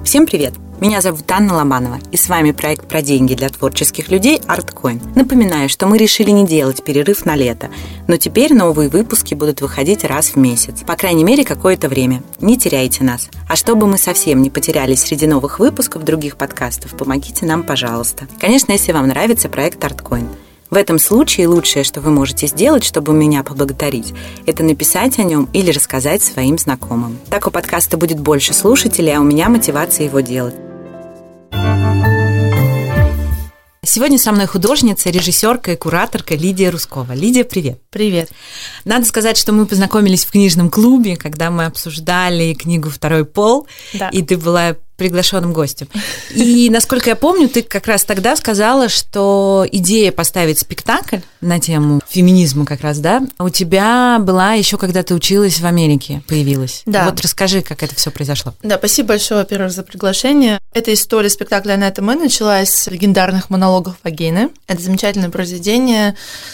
Всем привет! Меня зовут Анна Ломанова, и с вами проект про деньги для творческих людей ArtCoin. Напоминаю, что мы решили не делать перерыв на лето, но теперь новые выпуски будут выходить раз в месяц, по крайней мере, какое-то время. Не теряйте нас. А чтобы мы совсем не потерялись среди новых выпусков других подкастов, помогите нам, пожалуйста. Конечно, если вам нравится проект ArtCoin. В этом случае лучшее, что вы можете сделать, чтобы меня поблагодарить, это написать о нем или рассказать своим знакомым. Так у подкаста будет больше слушателей, а у меня мотивация его делать. Сегодня со мной художница, режиссерка и кураторка Лидия Рускова. Лидия, привет. Привет. Надо сказать, что мы познакомились в книжном клубе, когда мы обсуждали книгу «Второй пол», и ты была приглашенным гостем. И, насколько я помню, ты как раз тогда сказала, что идея поставить спектакль на тему феминизма как раз, да, у тебя была еще, когда ты училась в Америке, появилась. Да. Вот расскажи, как это все произошло. Да, спасибо большое, во-первых, за приглашение. Эта история спектакля «Анетта Мэй» началась с легендарных монологов Вагины. Это замечательное произведение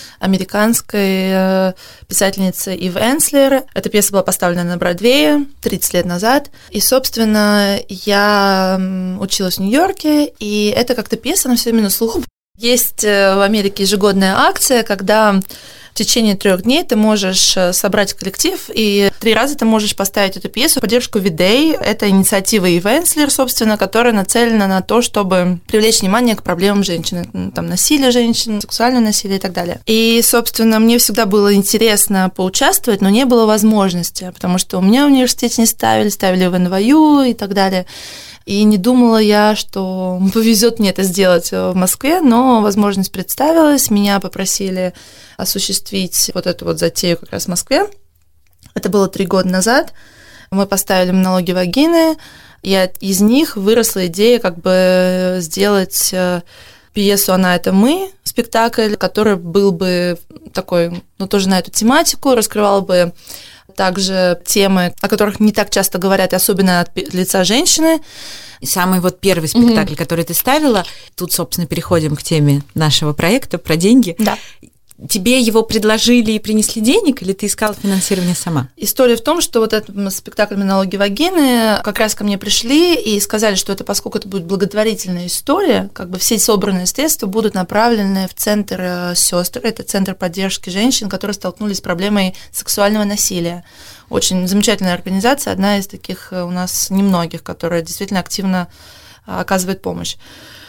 американской писательницы Ив Энслер. Эта пьеса была поставлена на Бродвее 30 лет назад. И, собственно, я училась в Нью-Йорке, и это как-то пьеса, она все время на слуху. Есть в Америке ежегодная акция, когда в течение 3 дней ты можешь собрать коллектив, и 3 раза ты можешь поставить эту пьесу в поддержку V-Day. Это инициатива Ив Энслер, собственно, которая нацелена на то, чтобы привлечь внимание к проблемам женщин, там, насилие женщин, сексуальное насилие и так далее. И, собственно, мне всегда было интересно поучаствовать, но не было возможности, потому что у меня в университете не ставили в НВЮ и так далее. И не думала я, что повезет мне это сделать в Москве, но возможность представилась, меня попросили осуществить вот эту вот затею как раз в Москве. Это было 3 года назад. Мы поставили монологи Вагины, и из них выросла идея как бы сделать пьесу «Она – это мы», спектакль, который был бы такой, ну, тоже на эту тематику, раскрывал бы также темы, о которых не так часто говорят, и особенно от лица женщины. И самый вот первый спектакль, который ты ставила, тут, собственно, переходим к теме нашего проекта про деньги. Да. Тебе его предложили и принесли денег, или ты искала финансирование сама? История в том, что вот этот спектакль «Монологи Вагины» как раз ко мне пришли и сказали, что это, поскольку это будет благотворительная история, как бы все собранные средства будут направлены в центр «Сёстры», это центр поддержки женщин, которые столкнулись с проблемой сексуального насилия. Очень замечательная организация, одна из таких у нас немногих, которая действительно активно оказывает помощь.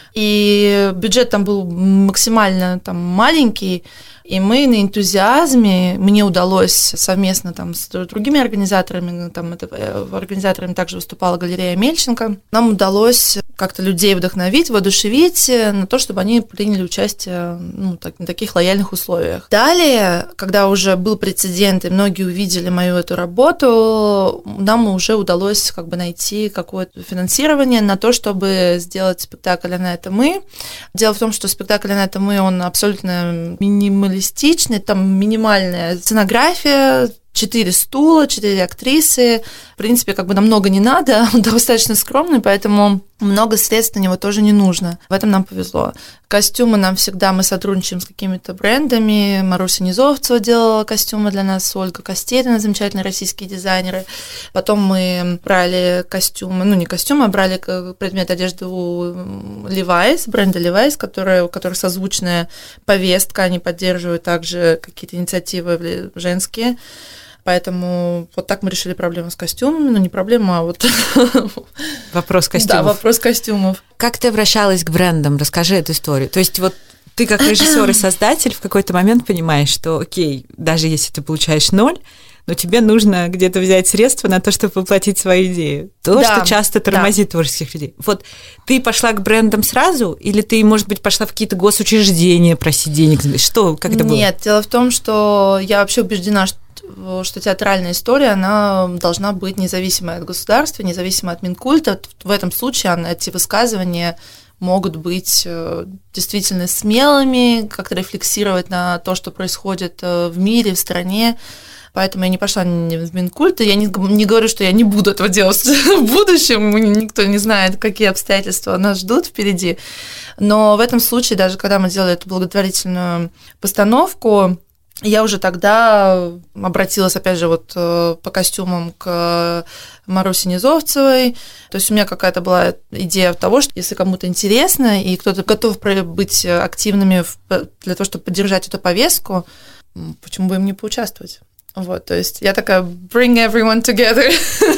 И бюджет там был максимально там маленький, и мы на энтузиазме, мне удалось совместно там с другими организаторами, там организаторами также выступала галерея Мельченко, нам удалось как-то людей вдохновить, воодушевить на то, чтобы они приняли участие на таких лояльных условиях. Далее, когда уже был прецедент, и многие увидели мою эту работу, нам уже удалось как бы найти какое-то финансирование на то, чтобы сделать спектакль «Она – это мы». Дело в том, что спектакль «Она – это мы», он абсолютно минималистичный, там минимальная сценография, 4 стула, 4 актрисы. В принципе, как бы нам много не надо, он достаточно скромный, поэтому много средств на него тоже не нужно. В этом нам повезло. Костюмы мы сотрудничаем с какими-то брендами. Маруся Низовцева делала костюмы для нас, Ольга Костерина, замечательные российские дизайнеры. Потом мы брали костюмы, а брали предмет одежды у Levi's, бренда Levi's, у которых созвучная повестка, они поддерживают также какие-то инициативы женские. Поэтому вот так мы решили проблему с костюмами. Не проблема, а вот... Вопрос костюмов. Да, вопрос костюмов. Как ты обращалась к брендам? Расскажи эту историю. То есть вот ты как режиссер и создатель в какой-то момент понимаешь, что окей, даже если ты получаешь 0, но тебе нужно где-то взять средства на то, чтобы воплотить свою идею. Что часто тормозит творческих людей. Вот ты пошла к брендам сразу, или ты, может быть, пошла в какие-то госучреждения просить денег? Как это было? Нет, дело в том, что я вообще убеждена, что театральная история, она должна быть независимой от государства, независимой от Минкульта. В этом случае эти высказывания могут быть действительно смелыми, как-то рефлексировать на то, что происходит в мире, в стране. Поэтому я не пошла в Минкульт, и я не говорю, что я не буду этого делать в будущем, никто не знает, какие обстоятельства нас ждут впереди. Но в этом случае, даже когда мы делали эту благотворительную постановку, Я уже тогда обратилась, опять же, вот по костюмам к Марусе Низовцевой. То есть у меня какая-то была идея того, что если кому-то интересно, и кто-то готов быть активными для того, чтобы поддержать эту повестку, почему бы им не поучаствовать? Вот, то есть я такая bring everyone together.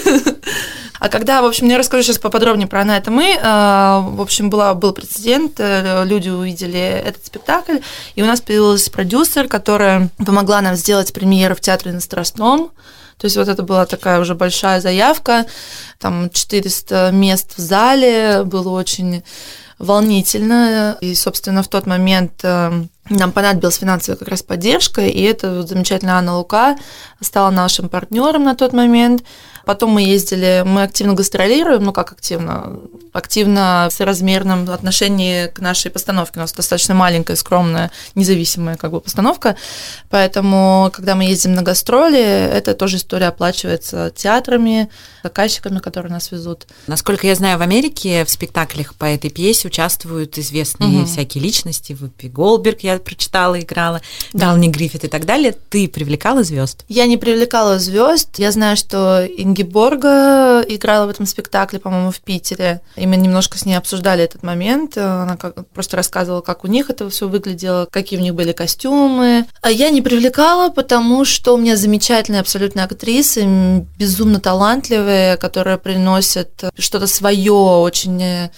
А когда, в общем, я расскажу сейчас поподробнее про «Она – это мы», в общем, был прецедент, люди увидели этот спектакль, и у нас появилась продюсер, которая помогла нам сделать премьеру в Театре на Страстном. То есть вот это была такая уже большая заявка, там 400 мест в зале, было очень волнительно, и, собственно, в тот момент нам понадобилась финансовая как раз поддержка, и эта замечательная Анна Лука стала нашим партнером на тот момент. Потом мы ездили, мы активно гастролируем, ну как активно? Активно в соразмерном отношении к нашей постановке. У нас достаточно маленькая, скромная, независимая как бы постановка, поэтому, когда мы ездим на гастроли, это тоже история оплачивается театрами, заказчиками, которые нас везут. Насколько я знаю, в Америке в спектаклях по этой пьесе участвуют известные всякие личности. Вупи Голдберг, я прочитала, играла, Мелани Гриффит и так далее. Ты привлекала звезд? Я не привлекала звезд. Я знаю, что Ингеборга играла в этом спектакле, по-моему, в Питере. И мы немножко с ней обсуждали этот момент. Она просто рассказывала, как у них это все выглядело, какие у них были костюмы. А я не привлекала, потому что у меня замечательные абсолютно актрисы, безумно талантливые, которые приносят что-то свое, очень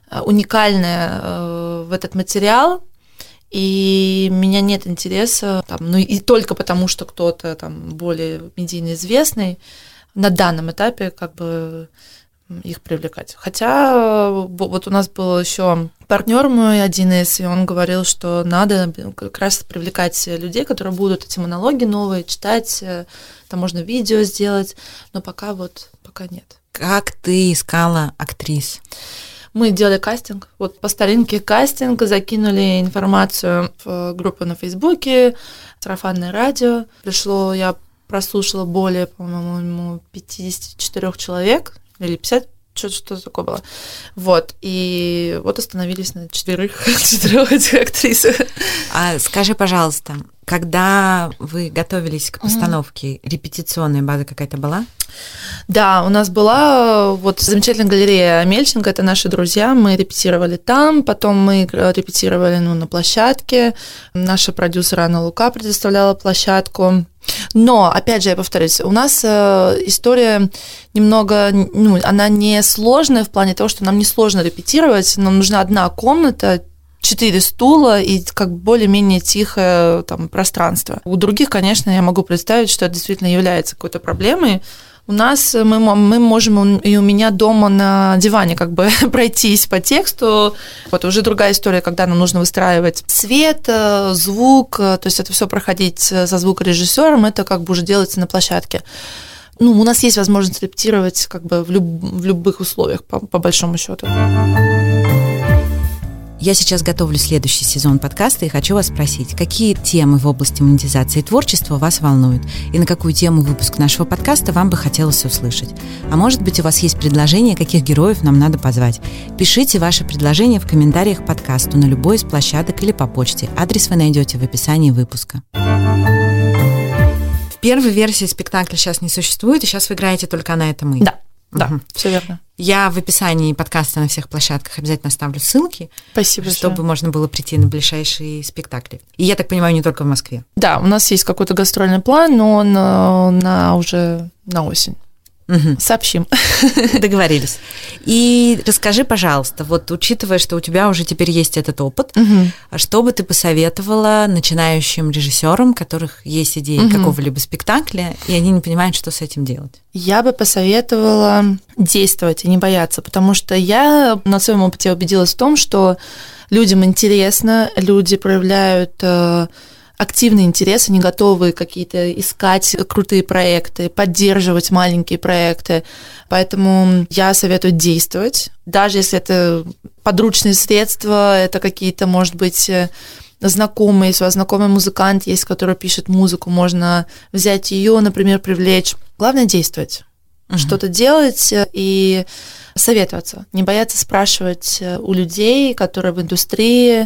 уникальное в этот материал. И у меня нет интереса, ну и только потому, что кто-то там более медийно известный, на данном этапе как бы их привлекать. Хотя вот у нас был еще партнер мой один из, и он говорил, что надо как раз привлекать людей, которые будут эти монологи новые читать, там можно видео сделать, но пока нет. Как ты искала актрис? Мы делали кастинг, вот по старинке кастинг, закинули информацию в группу на Фейсбуке, сарафанное радио. Я прослушала более, по-моему, 54 человек, или 50, что-то такое было. Вот, и вот остановились на 4 этих актрисах. А скажи, пожалуйста, когда вы готовились к постановке, репетиционная база какая-то была? Да, у нас была вот замечательная галерея Амельченко, это наши друзья, мы репетировали там, потом мы репетировали на площадке, наша продюсер Анна Лука предоставляла площадку. Но, опять же, я повторюсь, у нас история немного, она не сложная в плане того, что нам не сложно репетировать, нам нужна одна комната, 4 стула и как бы более-менее тихое там пространство. У других, конечно, я могу представить, что это действительно является какой-то проблемой. У нас мы можем и у меня дома на диване как бы пройтись по тексту. Вот уже другая история, когда нам нужно выстраивать свет, звук, то есть это все проходить со звукорежиссером, это как бы уже делается на площадке. У нас есть возможность репетировать как бы в любых условиях, по большому счету. Я сейчас готовлю следующий сезон подкаста и хочу вас спросить, какие темы в области монетизации творчества вас волнуют и на какую тему выпуск нашего подкаста вам бы хотелось услышать. А может быть, у вас есть предложение, каких героев нам надо позвать? Пишите ваши предложения в комментариях к подкасту на любой из площадок или по почте. Адрес вы найдете в описании выпуска. В первой версии спектакля сейчас не существует, и сейчас вы играете только «Она – это мы». Да, все верно. Я в описании подкаста на всех площадках обязательно оставлю ссылки, спасибо, чтобы можно было прийти на ближайшие спектакли. И я так понимаю, не только в Москве. Да, у нас есть какой-то гастрольный план, но он уже на осень. Сообщим. Договорились. И расскажи, пожалуйста, вот учитывая, что у тебя уже теперь есть этот опыт, что бы ты посоветовала начинающим режиссерам, у которых есть идеи какого-либо спектакля, и они не понимают, что с этим делать? Я бы посоветовала действовать и не бояться, потому что я на своем опыте убедилась в том, что людям интересно, люди проявляют активный интерес, они готовы какие-то искать крутые проекты, поддерживать маленькие проекты. Поэтому я советую действовать, даже если это подручные средства, это какие-то, может быть, знакомые, если у вас знакомый музыкант есть, который пишет музыку, можно взять ее, например, привлечь. Главное действовать, что-то делать и советоваться, не бояться спрашивать у людей, которые в индустрии,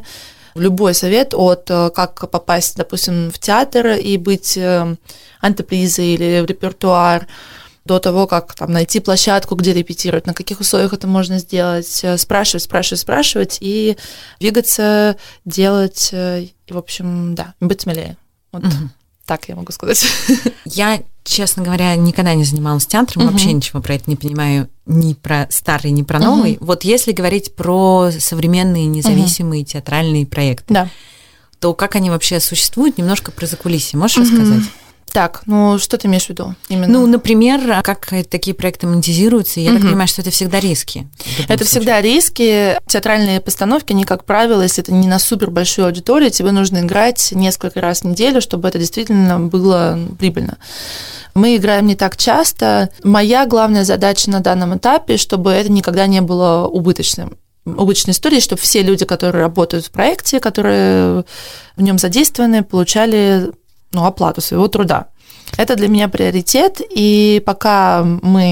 Любой совет от как попасть, допустим, в театр и быть антрепризой или в репертуар, до того, как там найти площадку, где репетировать, на каких условиях это можно сделать, спрашивать и двигаться, делать, и, в общем, да, быть смелее. Вот так я могу сказать. Я, честно говоря, никогда не занималась театром, вообще ничего про это не понимаю, ни про старый, ни про новый. Вот если говорить про современные независимые театральные проекты, то как они вообще существуют, немножко про закулисье можешь рассказать? Так, что ты имеешь в виду именно? Ну, например, как такие проекты монетизируются, я так понимаю, что это всегда риски. Это всегда риски. Театральные постановки, они, как правило, если это не на супер большую аудиторию, тебе нужно играть несколько раз в неделю, чтобы это действительно было прибыльно. Мы играем не так часто. Моя главная задача на данном этапе, чтобы это никогда не было убыточной историей, чтобы все люди, которые работают в проекте, которые в нем задействованы, получали оплату своего труда. Это для меня приоритет, и пока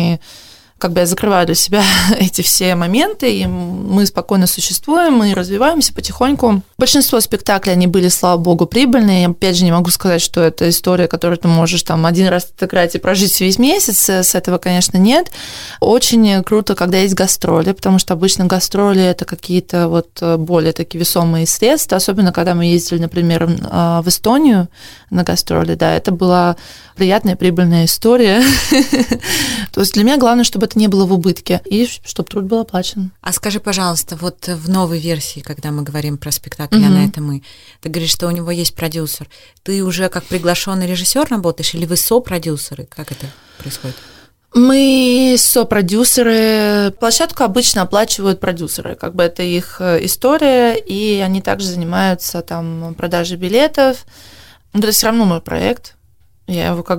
я закрываю для себя эти все моменты, и мы спокойно существуем, мы развиваемся потихоньку. Большинство спектаклей, они были, слава богу, прибыльные. Я, опять же, не могу сказать, что это история, которую ты можешь один раз отыграть и прожить весь месяц. С этого, конечно, нет. Очень круто, когда есть гастроли, потому что обычно гастроли – это какие-то более такие весомые средства, особенно когда мы ездили, например, в Эстонию на гастроли. Да, это была приятная, прибыльная история. То есть для меня главное, чтобы это не было в убытке, и чтобы труд был оплачен. А скажи, пожалуйста, в новой версии, когда мы говорим про спектакль «Она это мы», ты говоришь, что у него есть продюсер. Ты уже как приглашенный режиссер работаешь, или вы сопродюсеры? Как это происходит? Мы сопродюсеры. Площадку обычно оплачивают продюсеры. Это их история, и они также занимаются продажей билетов. Но это все равно мой проект. Я его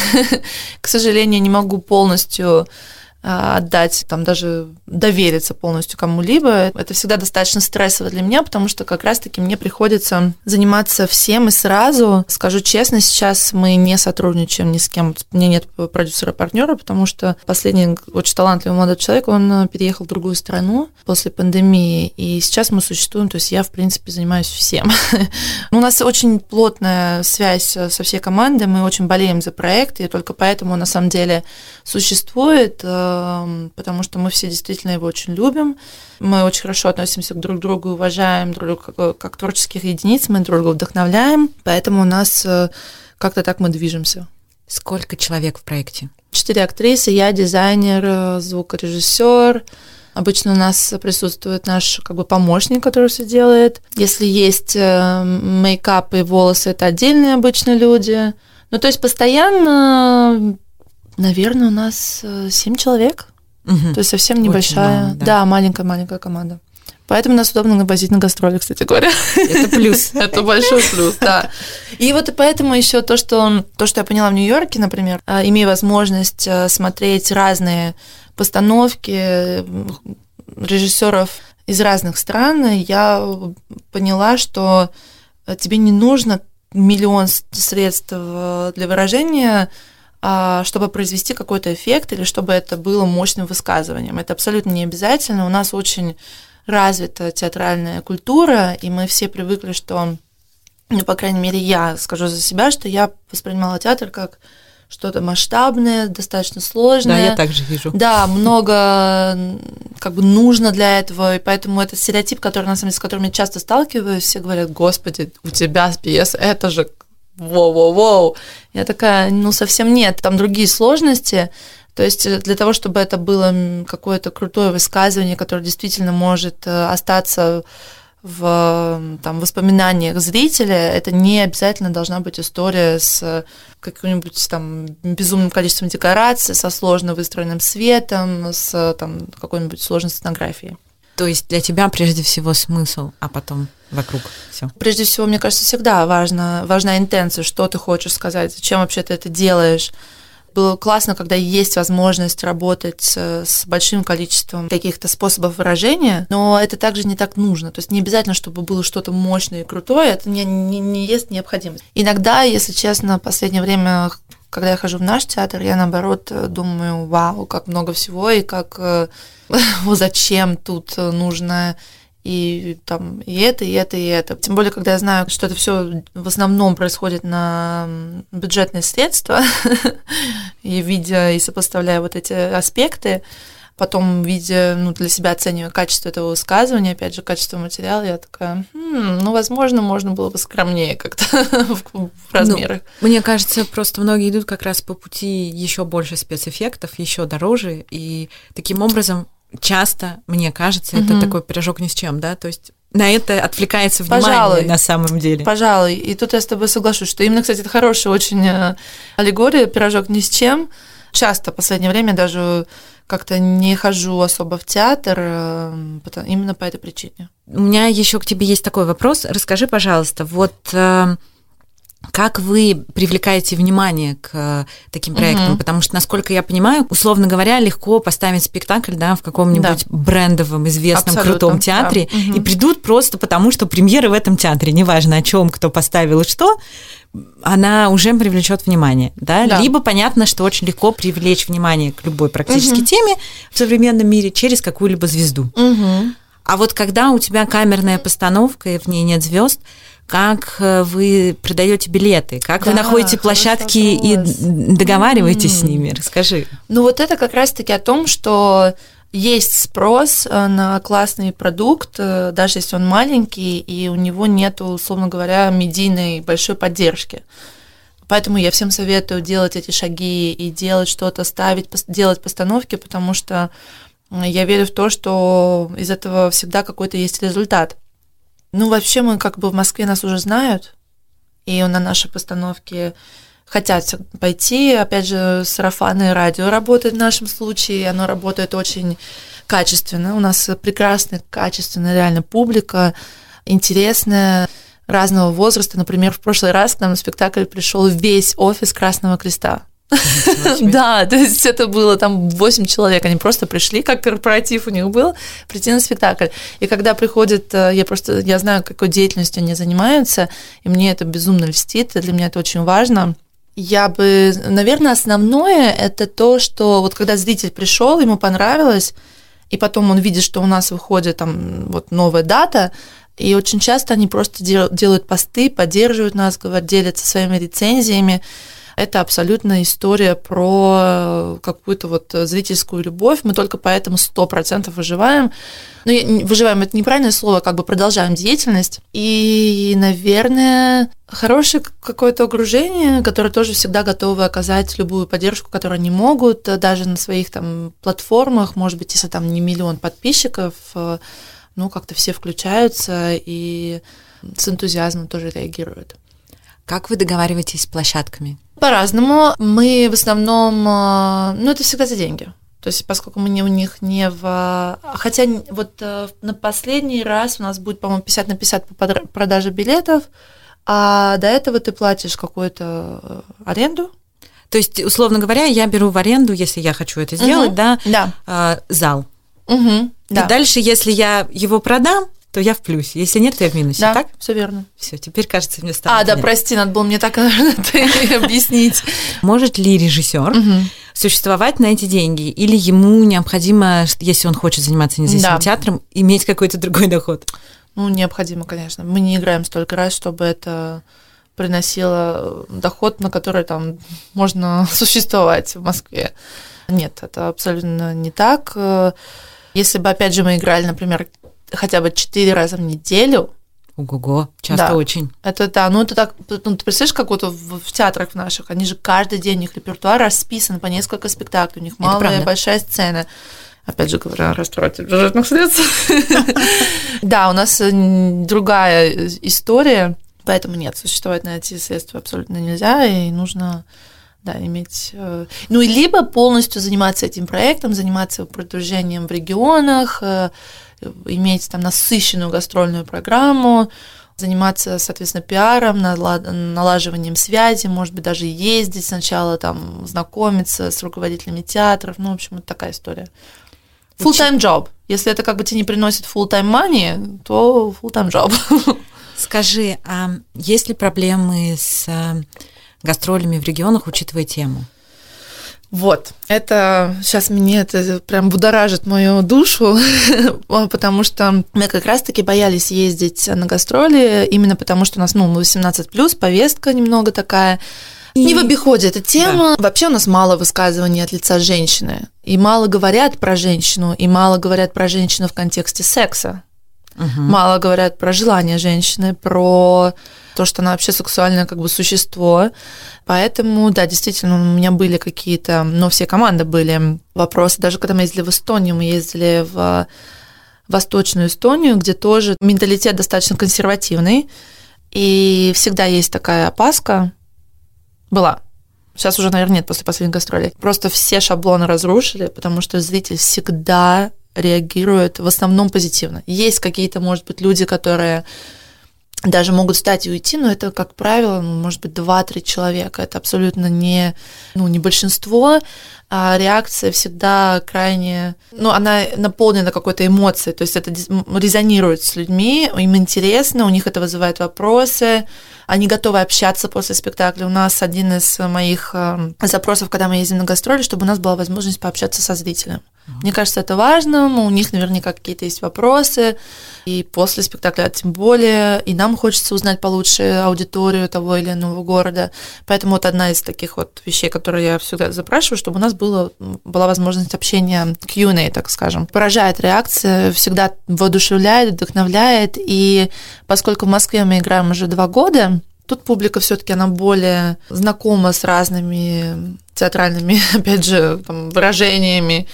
к сожалению, не могу полностью отдать, даже довериться полностью кому-либо. Это всегда достаточно стрессово для меня, потому что как раз-таки мне приходится заниматься всем и сразу. Скажу честно, сейчас мы не сотрудничаем ни с кем. У меня нет продюсера-партнера, потому что последний очень талантливый молодой человек, он переехал в другую страну после пандемии, и сейчас мы существуем, то есть я, в принципе, занимаюсь всем. У нас очень плотная связь со всей командой, мы очень болеем за проект, и только поэтому, на самом деле, существует, потому что мы все действительно его очень любим, мы очень хорошо относимся друг к другу, уважаем друг друга как творческих единиц, мы друг друга вдохновляем, поэтому у нас как-то так мы движемся. Сколько человек в проекте? 4 актрисы, я дизайнер, звукорежиссер. Обычно у нас присутствует наш помощник, который все делает. Если есть мейкап и волосы, это отдельные обычно люди. То есть постоянно, наверное, у нас 7 человек. То есть совсем небольшая, маленькая команда. Поэтому нас удобно возить на гастроли, кстати говоря. Это плюс. Это большой плюс, да. И поэтому еще то, что я поняла в Нью-Йорке, например, имея возможность смотреть разные постановки режиссеров из разных стран, я поняла, что тебе не нужно миллион средств для выражения, чтобы произвести какой-то эффект или чтобы это было мощным высказыванием. Это абсолютно не обязательно. У нас очень развита театральная культура, и мы все привыкли, что, по крайней мере, я скажу за себя, что я воспринимала театр как что-то масштабное, достаточно сложное. Да, я также вижу. Да, много нужно для этого, и поэтому этот стереотип, на самом деле, с которым я часто сталкиваюсь, все говорят: «Господи, у тебя пьеса, это же воу-воу-воу». Я такая: совсем нет, там другие сложности. То есть для того, чтобы это было какое-то крутое высказывание, которое действительно может остаться в воспоминаниях зрителя, это не обязательно должна быть история с каким-нибудь безумным количеством декораций, со сложно выстроенным светом, с какой-нибудь сложной сценографией. То есть для тебя прежде всего смысл, а потом вокруг все. Прежде всего, мне кажется, всегда важна интенция, что ты хочешь сказать, зачем вообще ты это делаешь. Было классно, когда есть возможность работать с большим количеством каких-то способов выражения, но это также не так нужно. То есть не обязательно, чтобы было что-то мощное и крутое, это не есть необходимость. Иногда, если честно, в последнее время, когда я хожу в наш театр, я, наоборот, думаю: вау, как много всего, и как зачем тут нужно и там и это, и это, и это. Тем более, когда я знаю, что это все в основном происходит на бюджетные средства, и видя и сопоставляя вот эти аспекты, потом, видя, для себя оценивая качество этого высказывания, опять же, качество материала, я такая, возможно, можно было бы скромнее как-то в размерах. Мне кажется, просто многие идут как раз по пути еще больше спецэффектов, еще дороже, и таким образом часто, мне кажется, это такой пирожок ни с чем, да, то есть на это отвлекается внимание на самом деле. Пожалуй, и тут я с тобой соглашусь, что именно, кстати, это хорошая очень аллегория, пирожок ни с чем. Часто в последнее время даже как-то не хожу особо в театр именно по этой причине. У меня еще к тебе есть такой вопрос. Расскажи, пожалуйста, вот как вы привлекаете внимание к таким проектам? Потому что, насколько я понимаю, условно говоря, легко поставить спектакль, да, в каком-нибудь брендовом, известном, крутом театре, и придут просто потому, что премьера в этом театре, неважно о чем, кто поставил и что, она уже привлечет внимание, да? Либо понятно, что очень легко привлечь внимание к любой практически теме в современном мире через какую-либо звезду. А вот когда у тебя камерная постановка и в ней нет звезд, как вы продаете билеты, как вы находите площадки и договариваетесь с ними? Расскажи. Вот это как раз-таки о том, что есть спрос на классный продукт, даже если он маленький, и у него нет, условно говоря, медийной большой поддержки. Поэтому я всем советую делать эти шаги и делать что-то, делать постановки, потому что я верю в то, что из этого всегда какой-то есть результат. Вообще мы как бы в Москве нас уже знают, и на наши постановки хотят пойти. Опять же, сарафанное радио работает в нашем случае, оно работает очень качественно. У нас прекрасная, качественная реально публика, интересная, разного возраста. Например, в прошлый раз к нам на спектакль пришел весь офис Красного Креста. Да, то есть это было там 8 человек, они просто пришли, как корпоратив у них был, прийти на спектакль. И когда приходят, я знаю, какой деятельностью они занимаются, и мне это безумно льстит, для меня это очень важно. Наверное, основное это то, что вот когда зритель пришел, ему понравилось, и потом он видит, что у нас выходит там вот новая дата, и очень часто они просто делают посты, поддерживают нас, делятся своими рецензиями. Это абсолютно история про какую-то вот зрительскую любовь. Мы только поэтому 100% выживаем. Выживаем – это неправильное слово, как бы продолжаем деятельность. И, наверное, хорошее какое-то окружение, которое тоже всегда готово оказать любую поддержку, которую они могут, даже на своих там платформах. Может быть, если там не 1 миллион подписчиков, как-то все включаются и с энтузиазмом тоже реагируют. Как вы договариваетесь с площадками? По-разному. Мы в основном, это всегда за деньги. То есть, поскольку мы у них не в... Хотя вот на последний раз у нас будет, по-моему, 50 на 50 по продаже билетов, а до этого ты платишь какую-то аренду. То есть, условно говоря, я беру в аренду, если я хочу это сделать, зал. И дальше, если я его продам, то я в плюсе. Если нет, то я в минусе. Да, так? Все верно. Все, теперь, кажется, мне стало понятно. Прости, надо было мне так объяснить. Может ли режиссер существовать на эти деньги? Или ему необходимо, если он хочет заниматься независимым театром, иметь какой-то другой доход? Необходимо, конечно. Мы не играем столько раз, чтобы это приносило доход, на который там можно существовать в Москве. Нет, это абсолютно не так. Если бы, опять же, мы играли, например, хотя бы 4 раза в неделю. Ого-го, часто очень. Это так, ты представляешь, как вот в театрах наших, они же каждый день, у них репертуар расписан по несколько спектаклей, у них малая, большая сцена. Опять же говоря, растрате бюджетных средств. Да, у нас другая история, поэтому нет, существовать на эти средства абсолютно нельзя, и нужно... иметь... и либо полностью заниматься этим проектом, заниматься продвижением в регионах, иметь там насыщенную гастрольную программу, заниматься, соответственно, пиаром, налаживанием связи, может быть, даже ездить сначала, там, знакомиться с руководителями театров, в общем, вот такая история. Full-time job. Если это как бы тебе не приносит full-time money, то full-time job. Скажи, а есть ли проблемы с гастролями в регионах, учитывая тему? Вот, это сейчас мне это прям будоражит мою душу, потому что мы как раз-таки боялись ездить на гастроли, именно потому что у нас, 18+, повестка немного такая. Не в обиходе эта тема. Да. Вообще у нас мало высказываний от лица женщины, и мало говорят про женщину, и мало говорят про женщину в контексте секса. Мало говорят про желание женщины, про то, что она вообще сексуальное как бы существо. Поэтому, да, действительно, у меня были какие-то, все команды были вопросы. Даже когда мы ездили в Эстонию, мы ездили в Восточную Эстонию, где тоже менталитет достаточно консервативный, и всегда есть такая опаска. Была. Сейчас уже, наверное, нет после последних гастролей. Просто все шаблоны разрушили, потому что зритель всегда реагирует в основном позитивно. Есть какие-то, может быть, люди, которые даже могут встать и уйти, но это, как правило, может быть, 2-3 человека. Это абсолютно не большинство, а реакция всегда крайне... она наполнена какой-то эмоцией, то есть это резонирует с людьми, им интересно, у них это вызывает вопросы, они готовы общаться после спектакля. У нас один из моих запросов, когда мы ездим на гастроли, чтобы у нас была возможность пообщаться со зрителем. Мне кажется, это важно, у них наверняка какие-то есть вопросы, и после спектакля тем более, и нам хочется узнать получше аудиторию того или иного города. Поэтому вот одна из таких вот вещей, которые я всегда запрашиваю, чтобы у нас была возможность общения, Q&A, так скажем. Поражает реакция, всегда воодушевляет, вдохновляет, и поскольку в Москве мы играем уже 2 года, тут публика все-таки она более знакома с разными театральными, опять же, выражениями,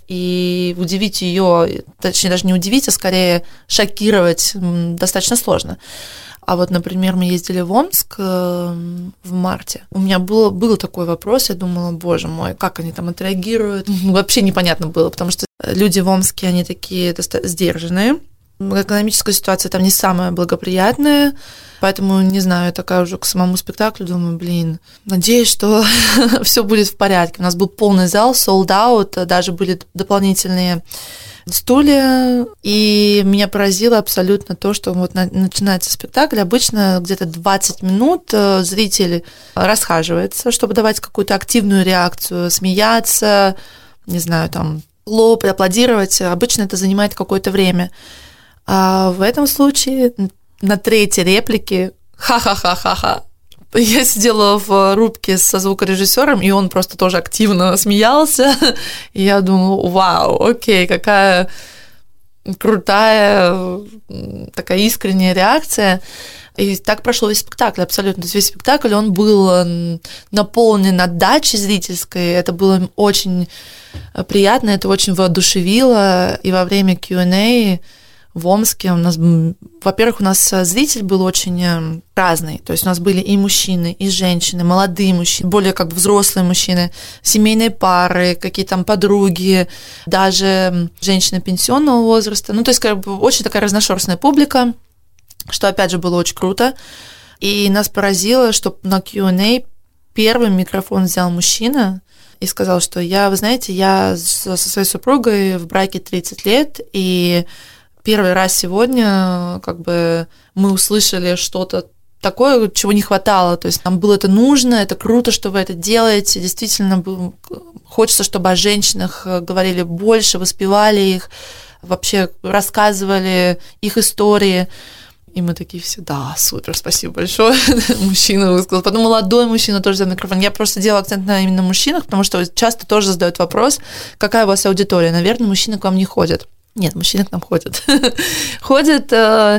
и удивить ее, точнее, даже не удивить, а скорее шокировать достаточно сложно. А вот, например, мы ездили в Омск в марте. У меня был такой вопрос, я думала, боже мой, как они там отреагируют. Вообще непонятно было, потому что люди в Омске, они такие сдержанные. Экономическая ситуация там не самая благоприятная, поэтому, не знаю, я такая уже к самому спектаклю думаю, надеюсь, что все будет в порядке. У нас был полный зал, sold out, даже были дополнительные стулья, и меня поразило абсолютно то, что вот начинается спектакль, обычно где-то 20 минут зритель расхаживается, чтобы давать какую-то активную реакцию, смеяться, не знаю, хлопать, аплодировать, обычно это занимает какое-то время. А в этом случае на 3-й реплике ха-ха-ха-ха-ха. Я сидела в рубке со звукорежиссером, и он просто тоже активно смеялся. И я думала, вау, окей, какая крутая, такая искренняя реакция. И так прошел весь спектакль, абсолютно. То есть весь спектакль, он был наполнен отдачей зрительской. Это было очень приятно, это очень воодушевило. И во время Q&A в Омске у нас, во-первых, у нас зритель был очень разный, то есть у нас были и мужчины, и женщины, молодые мужчины, более взрослые мужчины, семейные пары, какие-то подруги, даже женщины пенсионного возраста, то есть очень такая разношерстная публика, что, опять же, было очень круто, и нас поразило, что на Q&A первым микрофон взял мужчина и сказал, что вы знаете, я со своей супругой в браке 30 лет, и первый раз сегодня мы услышали что-то такое, чего не хватало, то есть нам было это нужно, это круто, что вы это делаете, действительно хочется, чтобы о женщинах говорили больше, воспевали их, вообще рассказывали их истории. И мы такие все, да, супер, спасибо большое. Мужчина высказал. Потом молодой мужчина тоже за микрофон. Я просто делала акцент на именно мужчинах, потому что часто тоже задают вопрос, какая у вас аудитория. Наверное, мужчины к вам не ходят. Нет, мужчины к нам ходят. Ходят,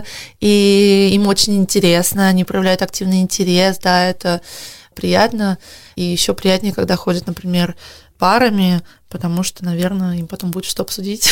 и им очень интересно, они проявляют активный интерес, да, это приятно. И еще приятнее, когда ходят, например, парами, потому что, наверное, им потом будет что обсудить.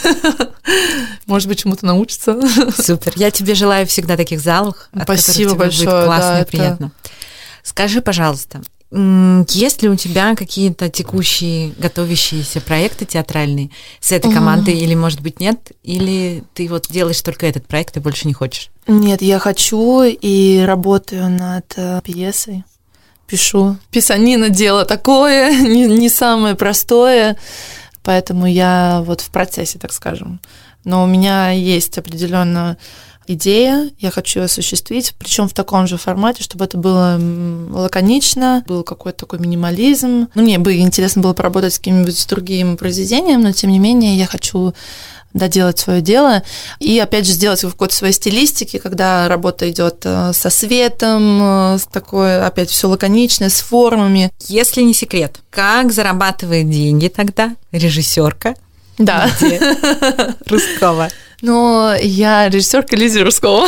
Может быть, чему-то научатся. Супер. Я тебе желаю всегда таких залов, от Спасибо которых тебе большое, будет классно да, и приятно. Скажи, пожалуйста, есть ли у тебя какие-то текущие, готовящиеся проекты театральные с этой командой, или, может быть, нет? Или ты делаешь только этот проект и больше не хочешь? Нет, я хочу и работаю над пьесой. Пишу. Писанина — дело такое, не самое простое, поэтому я в процессе, так скажем. Но у меня есть определенно идея, я хочу ее осуществить, причем в таком же формате, чтобы это было лаконично, был какой-то такой минимализм. Мне бы интересно было поработать с каким-нибудь другим произведением, но тем не менее я хочу доделать свое дело и, опять же, сделать его в какой-то своей стилистике, когда работа идет со светом, с такой, опять все лаконичное, с формами. Если не секрет, как зарабатывает деньги тогда режиссерка? Да. Русского. Но я режиссерка Лизы Русского.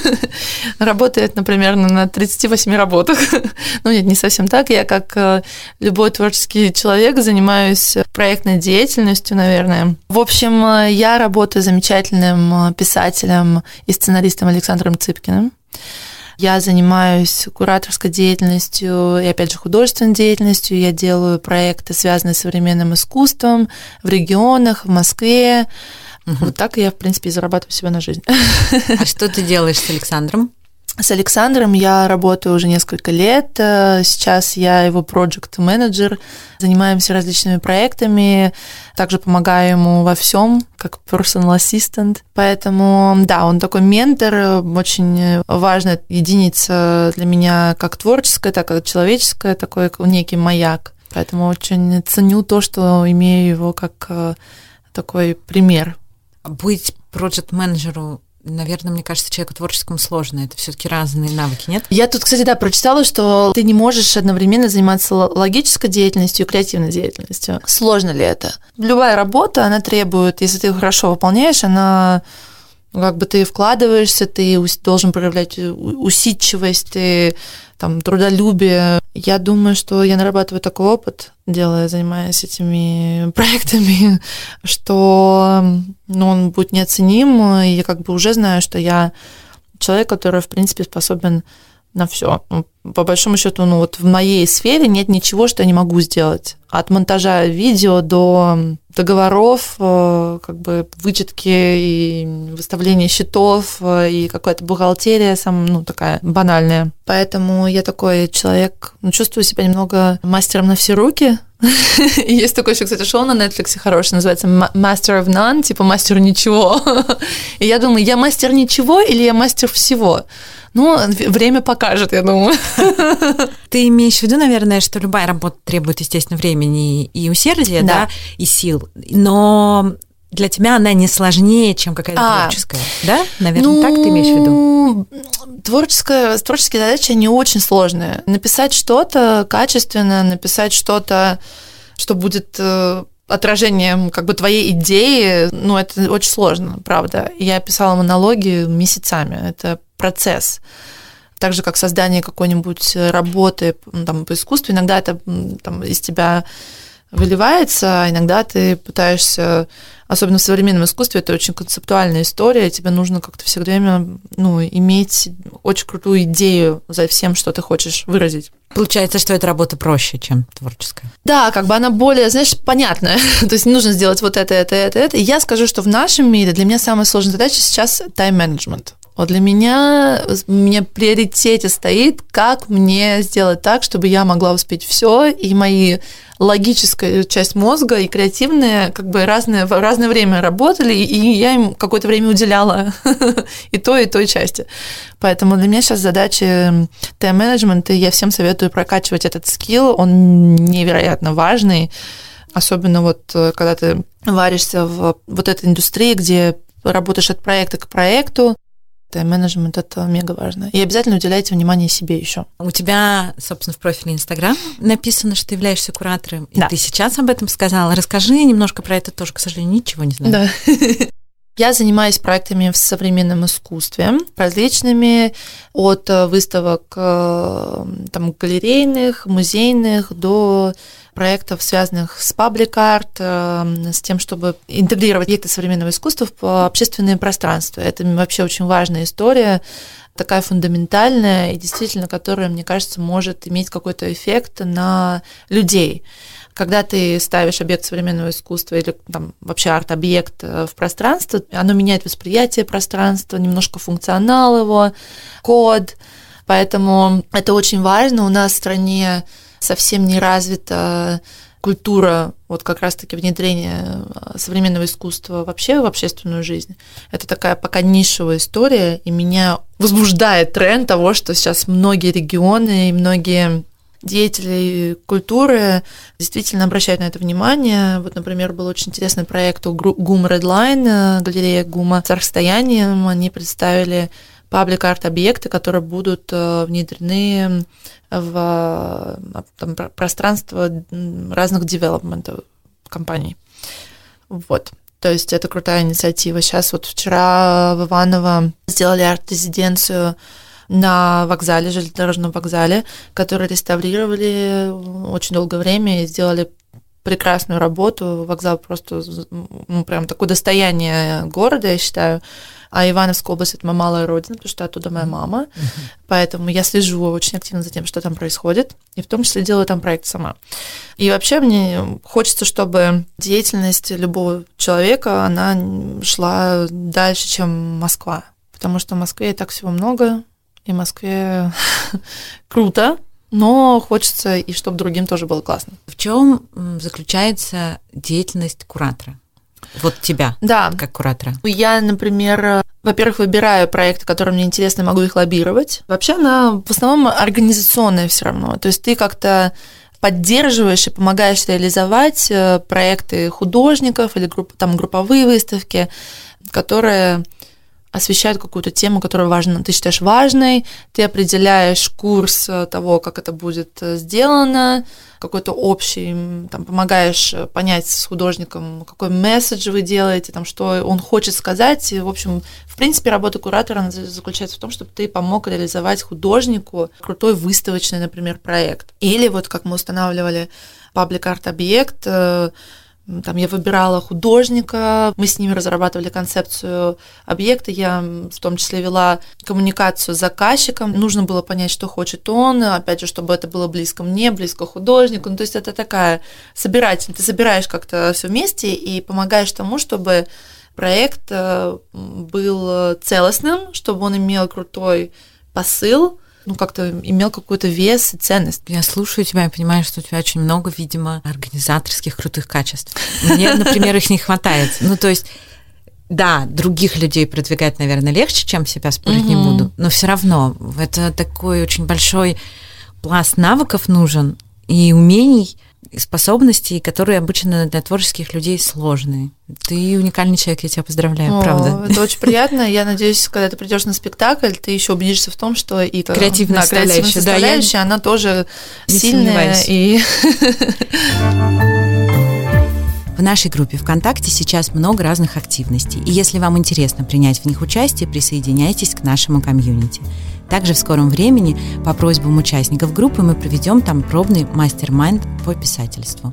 Работает, например, на 38 работах. Ну, нет, не совсем так. Я, как любой творческий человек, занимаюсь проектной деятельностью, наверное. В общем, я работаю с замечательным писателем и сценаристом Александром Цыпкиным. Я занимаюсь кураторской деятельностью и, опять же, художественной деятельностью. Я делаю проекты, связанные с современным искусством в регионах, в Москве. Вот так я, в принципе, и зарабатываю себе на жизнь. А что ты делаешь с Александром? С Александром я работаю уже несколько лет. Сейчас я его проект-менеджер. Занимаемся различными проектами. Также помогаю ему во всем, как personal assistant. Поэтому, да, он такой ментор, очень важная единица для меня как творческая, так и человеческая, такой некий маяк. Поэтому очень ценю то, что имею его как такой пример. Быть проект-менеджеру, наверное, мне кажется, человеку творческому сложно. Это все-таки разные навыки, нет? Я тут, кстати, да, прочитала, что ты не можешь одновременно заниматься логической деятельностью и креативной деятельностью. Сложно ли это? Любая работа, она требует, если ты ее хорошо выполняешь, она как бы ты вкладываешься, ты должен проявлять усидчивость, ты там трудолюбие. Я думаю, что я нарабатываю такой опыт, занимаясь этими проектами, что он будет неоценим, и я как бы уже знаю, что я человек, который, в принципе, способен на все. По большому счету, вот в моей сфере нет ничего, что я не могу сделать. От монтажа видео до договоров, как бы вычетки и выставления счетов, и какая-то бухгалтерия, такая банальная. Поэтому я такой человек, чувствую себя немного мастером на все руки. Есть такое еще, кстати, шоу на Netflix хорошее, называется Master of None, типа мастер ничего. И я думаю, я мастер ничего или я мастер всего? Время покажет, я думаю. Ты имеешь в виду, наверное, что любая работа требует, естественно, времени и усердия, да, и сил, но для тебя она не сложнее, чем какая-то творческая, да? Наверное, так ты имеешь в виду? Творческие задачи, они очень сложные. Написать что-то качественно, написать что-то, что будет отражением как бы твоей идеи, это очень сложно, правда. Я писала монологи месяцами, это процесс. Так же, как создание какой-нибудь работы по искусству, иногда это из тебя выливается, а иногда ты пытаешься, особенно в современном искусстве, это очень концептуальная история, тебе нужно как-то все время иметь очень крутую идею за всем, что ты хочешь выразить. Получается, что эта работа проще, чем творческая. Да, как бы она более, понятная. То есть нужно сделать вот это. И я скажу, что в нашем мире для меня самая сложная задача сейчас тайм-менеджмент. Вот для меня в приоритете стоит, как мне сделать так, чтобы я могла успеть все, и мои логическая часть мозга и креативная как бы в разное время работали, и я им какое-то время уделяла и той части. Поэтому для меня сейчас задача тайм-менеджмента, и я всем советую прокачивать этот скилл, он невероятно важный, особенно когда ты варишься в этой индустрии, где работаешь от проекта к проекту. Тайм-менеджмент – это мега важно. И обязательно уделяйте внимание себе еще. У тебя, собственно, в профиле Инстаграм написано, что ты являешься куратором. И да. Ты сейчас об этом сказала. Расскажи немножко про это тоже, к сожалению, ничего не знаю. Да. Я занимаюсь проектами в современном искусстве, различными, от выставок галерейных, музейных до проектов, связанных с паблик-арт, с тем, чтобы интегрировать объекты современного искусства в общественное пространство. Это вообще очень важная история, такая фундаментальная и действительно, которая, мне кажется, может иметь какой-то эффект на людей. Когда ты ставишь объект современного искусства или вообще арт-объект в пространство, оно меняет восприятие пространства, немножко функционал его, код. Поэтому это очень важно. У нас в стране совсем не развито культура вот как раз-таки внедрения современного искусства вообще в общественную жизнь. Это такая пока нишевая история, и меня возбуждает тренд того, что сейчас многие регионы и многие деятели культуры действительно обращают на это внимание. Вот, например, был очень интересный проект у ГУМ Redline, галерея ГУМа с арт-стоянием. Они представили паблик-арт-объекты, которые будут внедрены в пространство разных девелопментов компаний. Вот. То есть это крутая инициатива. Сейчас вот вчера в Иваново сделали арт-резиденцию на вокзале, железнодорожном вокзале, который реставрировали очень долгое время и сделали прекрасную работу. Вокзал просто прям такое достояние города, я считаю. А Ивановская область – это моя малая родина, потому что оттуда моя мама. Поэтому я слежу очень активно за тем, что там происходит, и в том числе делаю там проект сама. И вообще мне хочется, чтобы деятельность любого человека, она шла дальше, чем Москва. Потому что в Москве и так всего много, и в Москве круто, но хочется, и чтобы другим тоже было классно. В чем заключается деятельность куратора? Вот тебя, да, как куратора. Я, например, во-первых, выбираю проекты, которые мне интересны, могу их лоббировать. Вообще она в основном организационная все равно. То есть ты как-то поддерживаешь и помогаешь реализовать проекты художников или групповые выставки, которые освещают какую-то тему, которая ты считаешь важной, ты определяешь курс того, как это будет сделано, какой-то общий, там, помогаешь понять с художником, какой месседж вы делаете, там, что он хочет сказать. И, в общем, в принципе, работа куратора заключается в том, чтобы ты помог реализовать художнику крутой выставочный, например, проект. Или вот как мы устанавливали паблик-арт-объект, там я выбирала художника, мы с ними разрабатывали концепцию объекта, я в том числе вела коммуникацию с заказчиком, нужно было понять, что хочет он, опять же, чтобы это было близко мне, близко художнику, ну, то есть это такая собирательная, ты собираешь как-то все вместе и помогаешь тому, чтобы проект был целостным, чтобы он имел крутой посыл, как-то имел какой-то вес и ценность. Я слушаю тебя и понимаю, что у тебя очень много, видимо, организаторских крутых качеств. Мне, например, их не хватает. То есть, да, других людей продвигать, наверное, легче, чем себя, спорить не буду, но все равно это такой очень большой пласт навыков нужен и умений, и способностей, которые обычно для творческих людей сложные. Ты уникальный человек, я тебя поздравляю, правда. Это очень приятно. Я надеюсь, когда ты придешь на спектакль, ты еще убедишься в том, что и креативная составляющая, она тоже сильная. В нашей группе ВКонтакте сейчас много разных активностей, и если вам интересно принять в них участие, присоединяйтесь к нашему комьюнити. Также в скором времени по просьбам участников группы мы проведем там пробный мастер-майнд по писательству.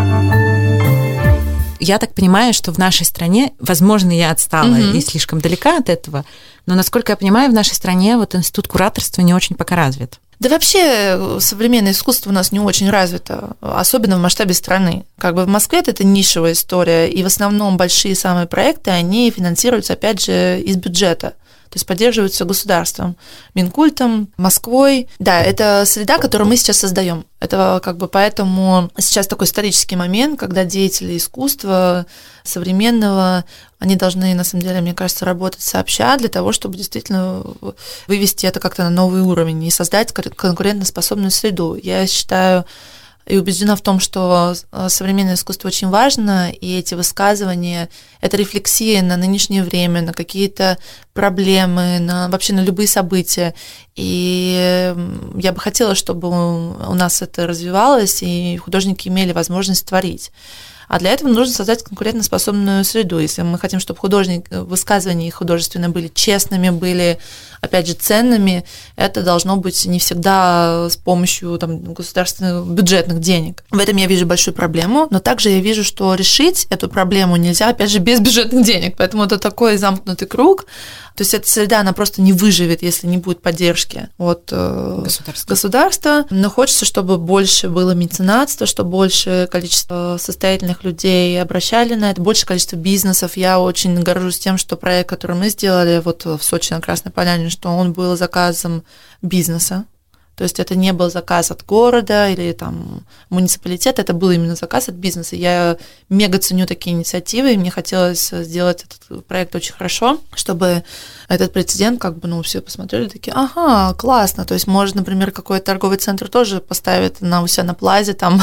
Я так понимаю, что в нашей стране, возможно, я отстала и слишком далека от этого, но, насколько я понимаю, в нашей стране вот институт кураторства не очень пока развит. Да вообще современное искусство у нас не очень развито, особенно в масштабе страны. В Москве это нишевая история, и в основном большие самые проекты, они финансируются, опять же, из бюджета. То есть поддерживаются государством, Минкультом, Москвой. Да, это среда, которую мы сейчас создаем. Это поэтому сейчас такой исторический момент, когда деятели искусства современного, они должны, на самом деле, мне кажется, работать сообща для того, чтобы действительно вывести это как-то на новый уровень и создать конкурентоспособную среду. Я считаю и убеждена в том, что современное искусство очень важно, и эти высказывания – это рефлексия на нынешнее время, на какие-то проблемы, вообще на любые события. И я бы хотела, чтобы у нас это развивалось, и художники имели возможность творить. А для этого нужно создать конкурентоспособную среду. Если мы хотим, чтобы высказывания художественные были честными, были, опять же, ценными, это должно быть не всегда с помощью государственных бюджетных денег. В этом я вижу большую проблему, но также я вижу, что решить эту проблему нельзя, опять же, без бюджетных денег. Поэтому это такой замкнутый круг. То есть эта среда, она просто не выживет, если не будет поддержки от государства. Но хочется, чтобы больше было меценатства, чтобы больше количество состоятельных людей обращали на это, больше количество бизнесов. Я очень горжусь тем, что проект, который мы сделали в Сочи на Красной Поляне, что он был заказом бизнеса. То есть это не был заказ от города или там муниципалитета, это был именно заказ от бизнеса. Я мега ценю такие инициативы, и мне хотелось сделать этот проект очень хорошо, чтобы этот прецедент, как бы, все посмотрели, такие, ага, классно. То есть, может, например, какой-то торговый центр тоже поставит у себя на плазе там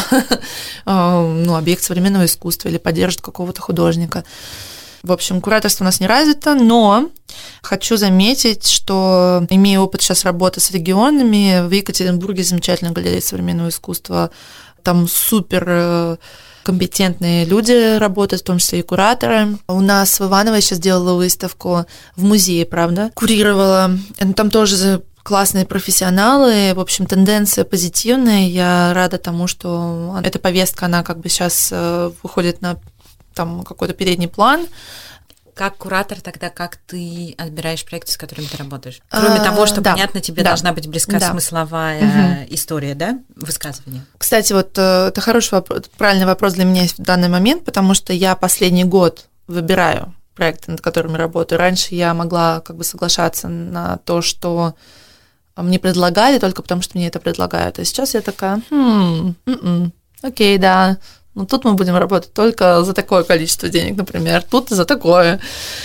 объект современного искусства или поддержит какого-то художника. В общем, кураторство у нас не развито, но хочу заметить, что, имея опыт сейчас работы с регионами, в Екатеринбурге замечательная галерея современного искусства, там супер компетентные люди работают, в том числе и кураторы. У нас в Иваново я сейчас делала выставку в музее, правда, курировала. Там тоже классные профессионалы, в общем, тенденция позитивная. Я рада тому, что эта повестка, она как бы сейчас выходит на там какой-то передний план. Как куратор тогда, как ты отбираешь проекты, с которыми ты работаешь? Кроме того, что, понятно, тебе должна быть близка смысловая история, да, высказывание? Кстати, вот это хороший вопрос, правильный вопрос для меня в данный момент, потому что я последний год выбираю проекты, над которыми работаю. Раньше я могла как бы соглашаться на то, что мне предлагали, только потому что мне это предлагают. А сейчас я такая, окей, да, тут мы будем работать только за такое количество денег, например, тут за такое.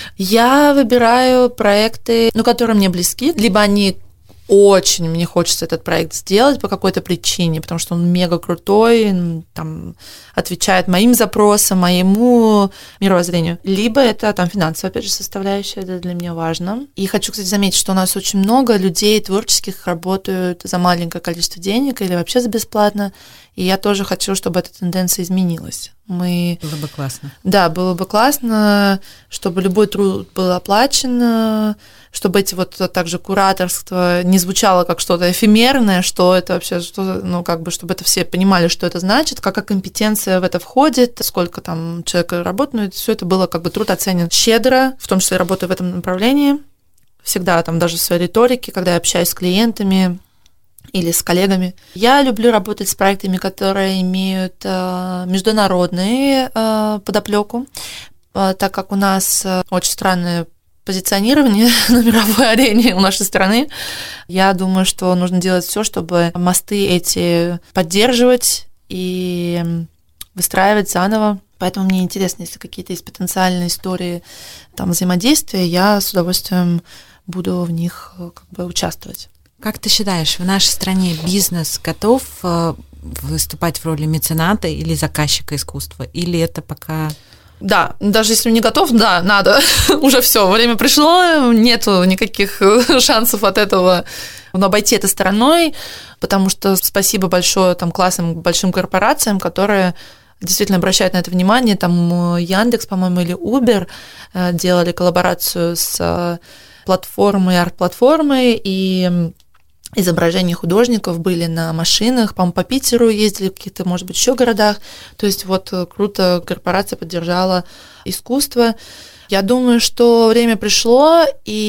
Я выбираю проекты, которые мне близки, либо они очень, мне хочется этот проект сделать по какой-то причине, потому что он мега крутой, там, отвечает моим запросам, моему мировоззрению. Либо это там финансовая, опять же, составляющая, это для меня важно. И хочу, кстати, заметить, что у нас очень много людей творческих работают за маленькое количество денег или вообще за бесплатно. И я тоже хочу, чтобы эта тенденция изменилась. Было бы классно. Да, было бы классно, чтобы любой труд был оплачен, чтобы эти вот также кураторство не звучало как что-то эфемерное, что это вообще, чтобы это все понимали, что это значит, какая компетенция в это входит, сколько там человек работает, все это было как бы труд оценен щедро, в том числе работаю в этом направлении, всегда там даже в своей риторике, когда я общаюсь с клиентами или с коллегами. Я люблю работать с проектами, которые имеют международную подоплеку, так как у нас очень странное позиционирование на мировой арене у нашей страны. Я думаю, что нужно делать все, чтобы мосты эти поддерживать и выстраивать заново. Поэтому мне интересно, если какие-то есть потенциальные истории там взаимодействия, я с удовольствием буду в них как бы участвовать. Как ты считаешь, в нашей стране бизнес готов выступать в роли мецената или заказчика искусства? Или это пока... Да, даже если не готов, да, надо. Уже все, время пришло, нету никаких шансов от этого обойти это стороной, потому что спасибо большое там классным большим корпорациям, которые действительно обращают на это внимание. Там Яндекс, по-моему, или Uber делали коллаборацию с платформой, арт-платформой, и изображения художников были на машинах, по-моему, по Питеру ездили, в каких-то, может быть, еще городах. То есть вот круто корпорация поддержала искусство. Я думаю, что время пришло,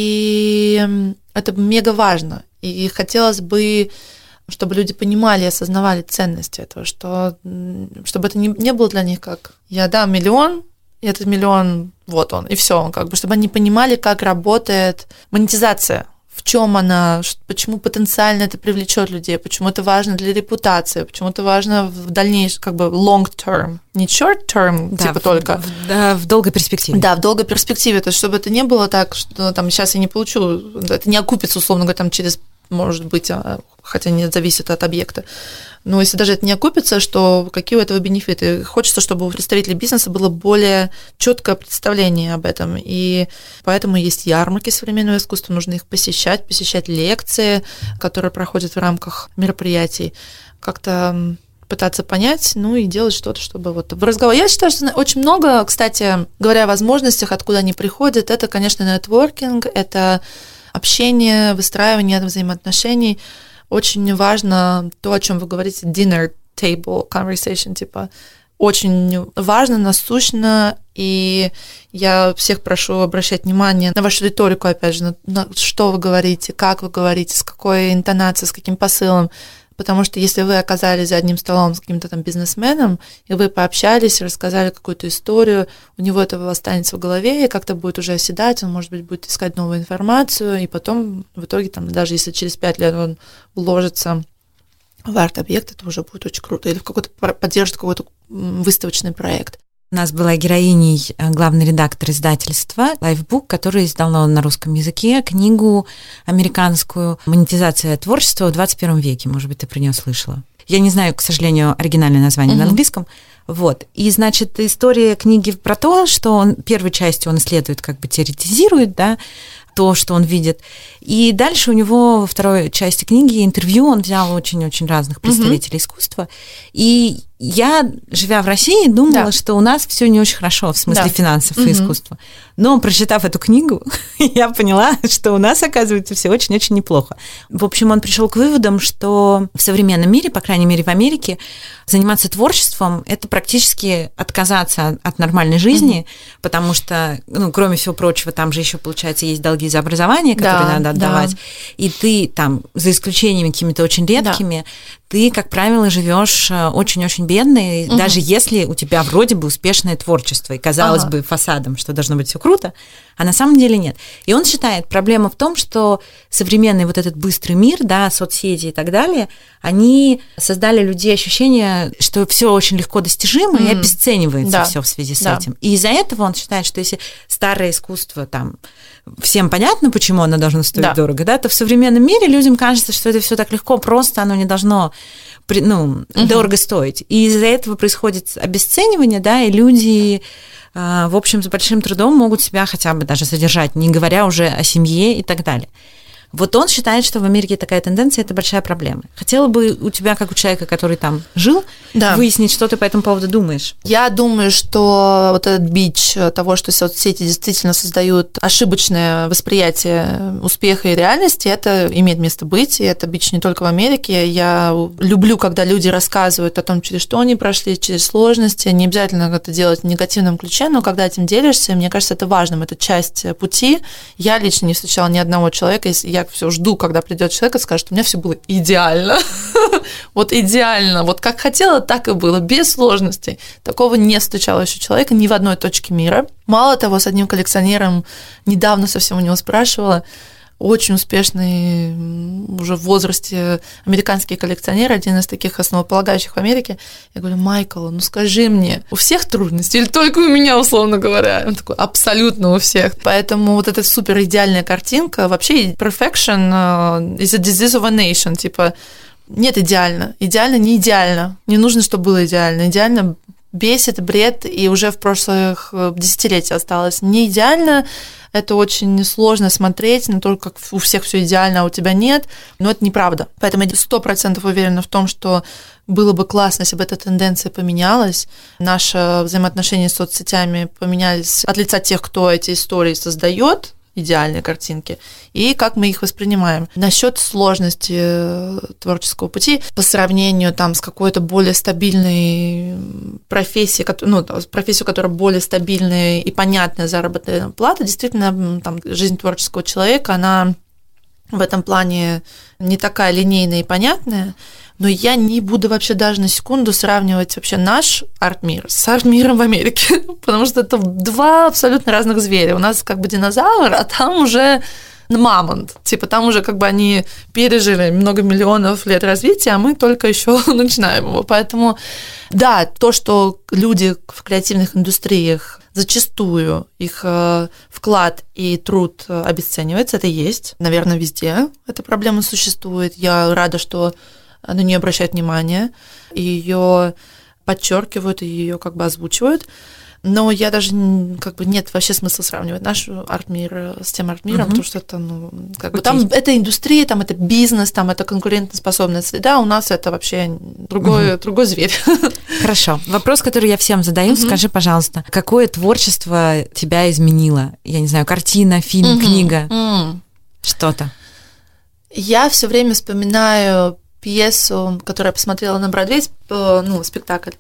и это мега важно. И хотелось бы, чтобы люди понимали и осознавали ценность этого, чтобы это не было для них как «я дам миллион», и этот миллион, вот он, и все, как бы, чтобы они понимали, как работает монетизация, в чем она, почему потенциально это привлечет людей, почему это важно для репутации, почему это важно в дальнейшем, как бы long term, не short term, да, только. В долгой перспективе. Да, в долгой перспективе, то есть чтобы это не было так, что там сейчас я не получу, это не окупится, условно говоря, там через, может быть, хотя не зависит от объекта. Но если даже это не окупится, что какие у этого бенефиты? Хочется, чтобы у представителей бизнеса было более четкое представление об этом. И поэтому есть ярмарки современного искусства, нужно их посещать лекции, которые проходят в рамках мероприятий, как-то пытаться понять, и делать что-то, чтобы вот в разговор. Я считаю, что очень много, кстати, говоря о возможностях, откуда они приходят, это, конечно, нетворкинг, это общение, выстраивание взаимоотношений. Очень важно то, о чем вы говорите, dinner table conversation, типа, очень важно, насущно, и я всех прошу обращать внимание на вашу риторику, опять же, на что вы говорите, как вы говорите, с какой интонацией, с каким посылом, Потому что если вы оказались за одним столом с каким-то там бизнесменом, и вы пообщались, рассказали какую-то историю, у него это останется в голове, и как-то будет уже оседать, он, может быть, будет искать новую информацию, и потом в итоге, там, даже если через 5 лет он вложится в арт-объект, это уже будет очень круто, или в какой-то поддержит какой-то выставочный проект. У нас была героиней главный редактор издательства Lifebook, который издал на русском языке книгу американскую «Монетизация творчества в 21 веке». Может быть, ты про нее слышала. Я не знаю, к сожалению, оригинальное название на английском. Вот. И, значит, история книги про то, что он первой частью он исследует, как бы теоретизирует, да, то, что он видит. И дальше у него во второй части книги интервью, он взял очень-очень разных представителей искусства. И я, живя в России, думала, что у нас все не очень хорошо в смысле финансов и искусства. Но, прочитав эту книгу, я поняла, что у нас, оказывается, все очень-очень неплохо. В общем, он пришел к выводам, что в современном мире, по крайней мере в Америке, заниматься творчеством – это практически отказаться от нормальной жизни, потому что, ну, кроме всего прочего, там же еще, получается, есть долги за образование, которые надо отдавать, и ты там, за исключениями какими-то очень редкими, ты, как правило, живешь очень-очень бедный, даже если у тебя вроде бы успешное творчество, и казалось бы фасадом, что должно быть все круто, а на самом деле нет. И он считает, проблема в том, что современный вот этот быстрый мир, да, соцсети и так далее, они создали у людей ощущение, что все очень легко достижимо и обесценивается все в связи с этим. И из-за этого он считает, что если старое искусство там всем понятно, почему оно должно стоить дорого, да, то в современном мире людям кажется, что это все так легко, просто оно не должно дорого стоить. И из-за этого происходит обесценивание, да, и люди, в общем, с большим трудом могут себя хотя бы даже содержать, не говоря уже о семье и так далее. Вот он считает, что в Америке такая тенденция – это большая проблема. Хотела бы у тебя, как у человека, который там жил, выяснить, что ты по этому поводу думаешь. Я думаю, что вот этот бич того, что соцсети действительно создают ошибочное восприятие успеха и реальности, это имеет место быть, и это бич не только в Америке. Я люблю, когда люди рассказывают о том, через что они прошли, через сложности. Не обязательно это делать в негативном ключе, но когда этим делишься, мне кажется, это важным, это часть пути. Я лично не встречала ни одного человека, я все жду, когда придет человек и скажет, у меня все было идеально. Вот идеально. Вот как хотела, так и было, без сложностей. Такого не встречала еще человека ни в одной точке мира. Мало того, с одним коллекционером недавно совсем у него спрашивала, очень успешный уже в возрасте американский коллекционер, один из таких основополагающих в Америке. Я говорю, Майкл, ну скажи мне, у всех трудности или только у меня, условно говоря? Он такой, абсолютно у всех. Поэтому вот эта супер идеальная картинка, вообще perfection is a disease of a nation, типа нет идеально, идеально не идеально, не нужно, чтобы было идеально, идеально бесит, бред, и уже в прошлых десятилетиях осталось не идеально. Это очень сложно смотреть на то, как у всех все идеально, а у тебя нет. Но это неправда. Поэтому я 100% уверена в том, что было бы классно, если бы эта тенденция поменялась. Наши взаимоотношения с соцсетями поменялись от лица тех, кто эти истории создает, идеальные картинки, и как мы их воспринимаем. Насчет сложности творческого пути по сравнению там, с какой-то более стабильной профессией, ну, профессию, которая более стабильная и понятная заработная плата, действительно, там, жизнь творческого человека, она в этом плане не такая линейная и понятная, но я не буду вообще даже на секунду сравнивать вообще наш арт-мир с арт-миром в Америке, потому что это два абсолютно разных зверя. У нас как бы динозавр, а там уже мамонт. Типа там уже как бы они пережили много миллионов лет развития, а мы только еще начинаем его. Поэтому да, то, что люди в креативных индустриях зачастую их вклад и труд обесценивается, это есть. Наверное, везде эта проблема существует. Я рада, что на нее обращают внимание, и ее подчеркивают, и ее как бы озвучивают. Но я даже как бы нет вообще смысла сравнивать наш арт-мир с тем арт-миром, потому что это, ну, как бы там это индустрия, там это бизнес, там это конкурентоспособная среда, у нас это вообще другой зверь. Хорошо. Вопрос, который я всем задаю, скажи, пожалуйста, какое творчество тебя изменило? Я не знаю, картина, фильм, книга, что-то. Я все время вспоминаю пьесу, которую я посмотрела на Бродвее, ну, спектакль,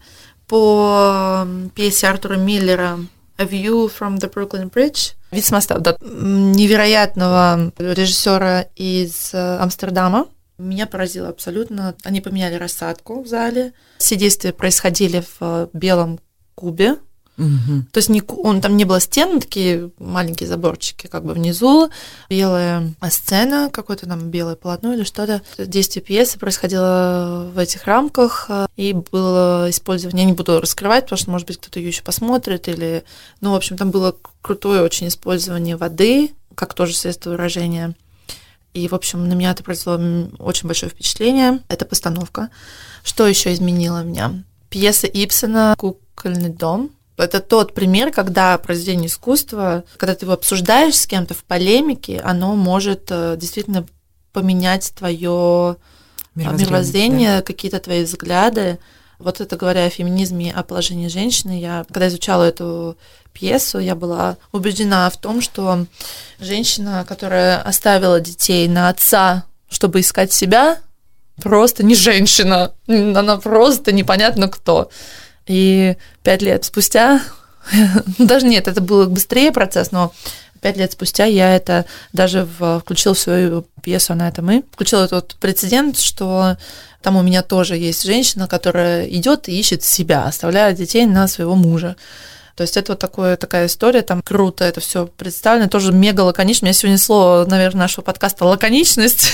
по пьесе Артура Миллера «A View from the Brooklyn Bridge», вид с моста, да, невероятного режиссера из Амстердама. Меня поразило абсолютно. Они поменяли рассадку в зале. Все действия происходили в белом кубе. То есть там не было стен, такие маленькие заборчики как бы внизу, белая сцена, какое-то там белое полотно или что-то. Действие пьесы происходило в этих рамках, и было использование, я не буду раскрывать, потому что, может быть, кто-то ее еще посмотрит, в общем, там было крутое очень использование воды, как тоже средство выражения. И, в общем, на меня это произвело очень большое впечатление. Это постановка. Что еще изменило меня? Пьеса Ибсена «Кукольный дом». Это тот пример, когда произведение искусства, когда ты его обсуждаешь с кем-то в полемике, оно может действительно поменять твое мировоззрение, да. Какие-то твои взгляды. Вот это говоря о феминизме, о положении женщины, когда изучала эту пьесу, я была убеждена в том, что женщина, которая оставила детей на отца, чтобы искать себя, просто не женщина, она просто непонятно кто. И 5 лет спустя, даже нет, это был быстрее процесс, но 5 лет спустя я это даже включила в свою пьесу «Она — это мы». Включила этот прецедент, что там у меня тоже есть женщина, которая идет и ищет себя, оставляя детей на своего мужа. То есть это вот такая история, там круто это все представлено, тоже мега лаконично. У меня сегодня слово, наверное, нашего подкаста лаконичность,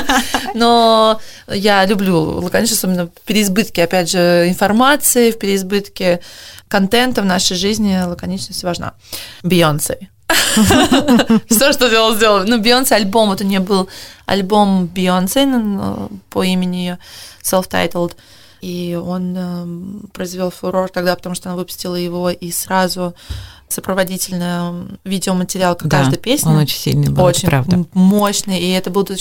но я люблю лаконичность, особенно в переизбытке, опять же, информации, в переизбытке контента в нашей жизни лаконичность важна. Бейонсе. Все, что сделала. Бейонсе альбом, вот у нее был альбом Бейонсе по имени ее Self-Titled. И он произвел фурор тогда, потому что она выпустила его, и сразу сопроводительный видеоматериал к каждой песне. Он очень сильный был, очень правда. Мощный. И это был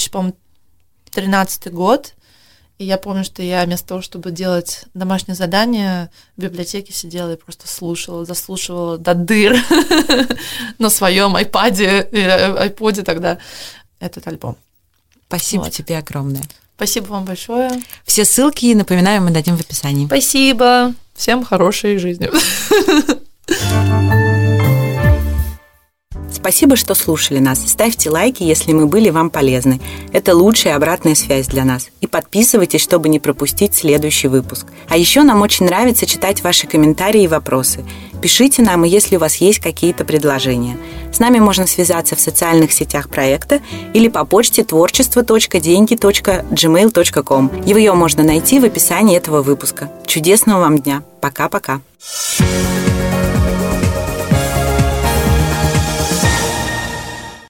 2013 год. И я помню, что я вместо того, чтобы делать домашнее задание, в библиотеке сидела и просто заслушивала до дыр на своем айподе тогда этот альбом. Спасибо тебе огромное. Спасибо вам большое. Все ссылки, напоминаю, мы дадим в описании. Спасибо. Всем хорошей жизни. Спасибо, что слушали нас. Ставьте лайки, если мы были вам полезны. Это лучшая обратная связь для нас. И подписывайтесь, чтобы не пропустить следующий выпуск. А еще нам очень нравится читать ваши комментарии и вопросы. Пишите нам, если у вас есть какие-то предложения. С нами можно связаться в социальных сетях проекта или по почте творчество.деньги.gmail.com. Ее можно найти в описании этого выпуска. Чудесного вам дня. Пока-пока.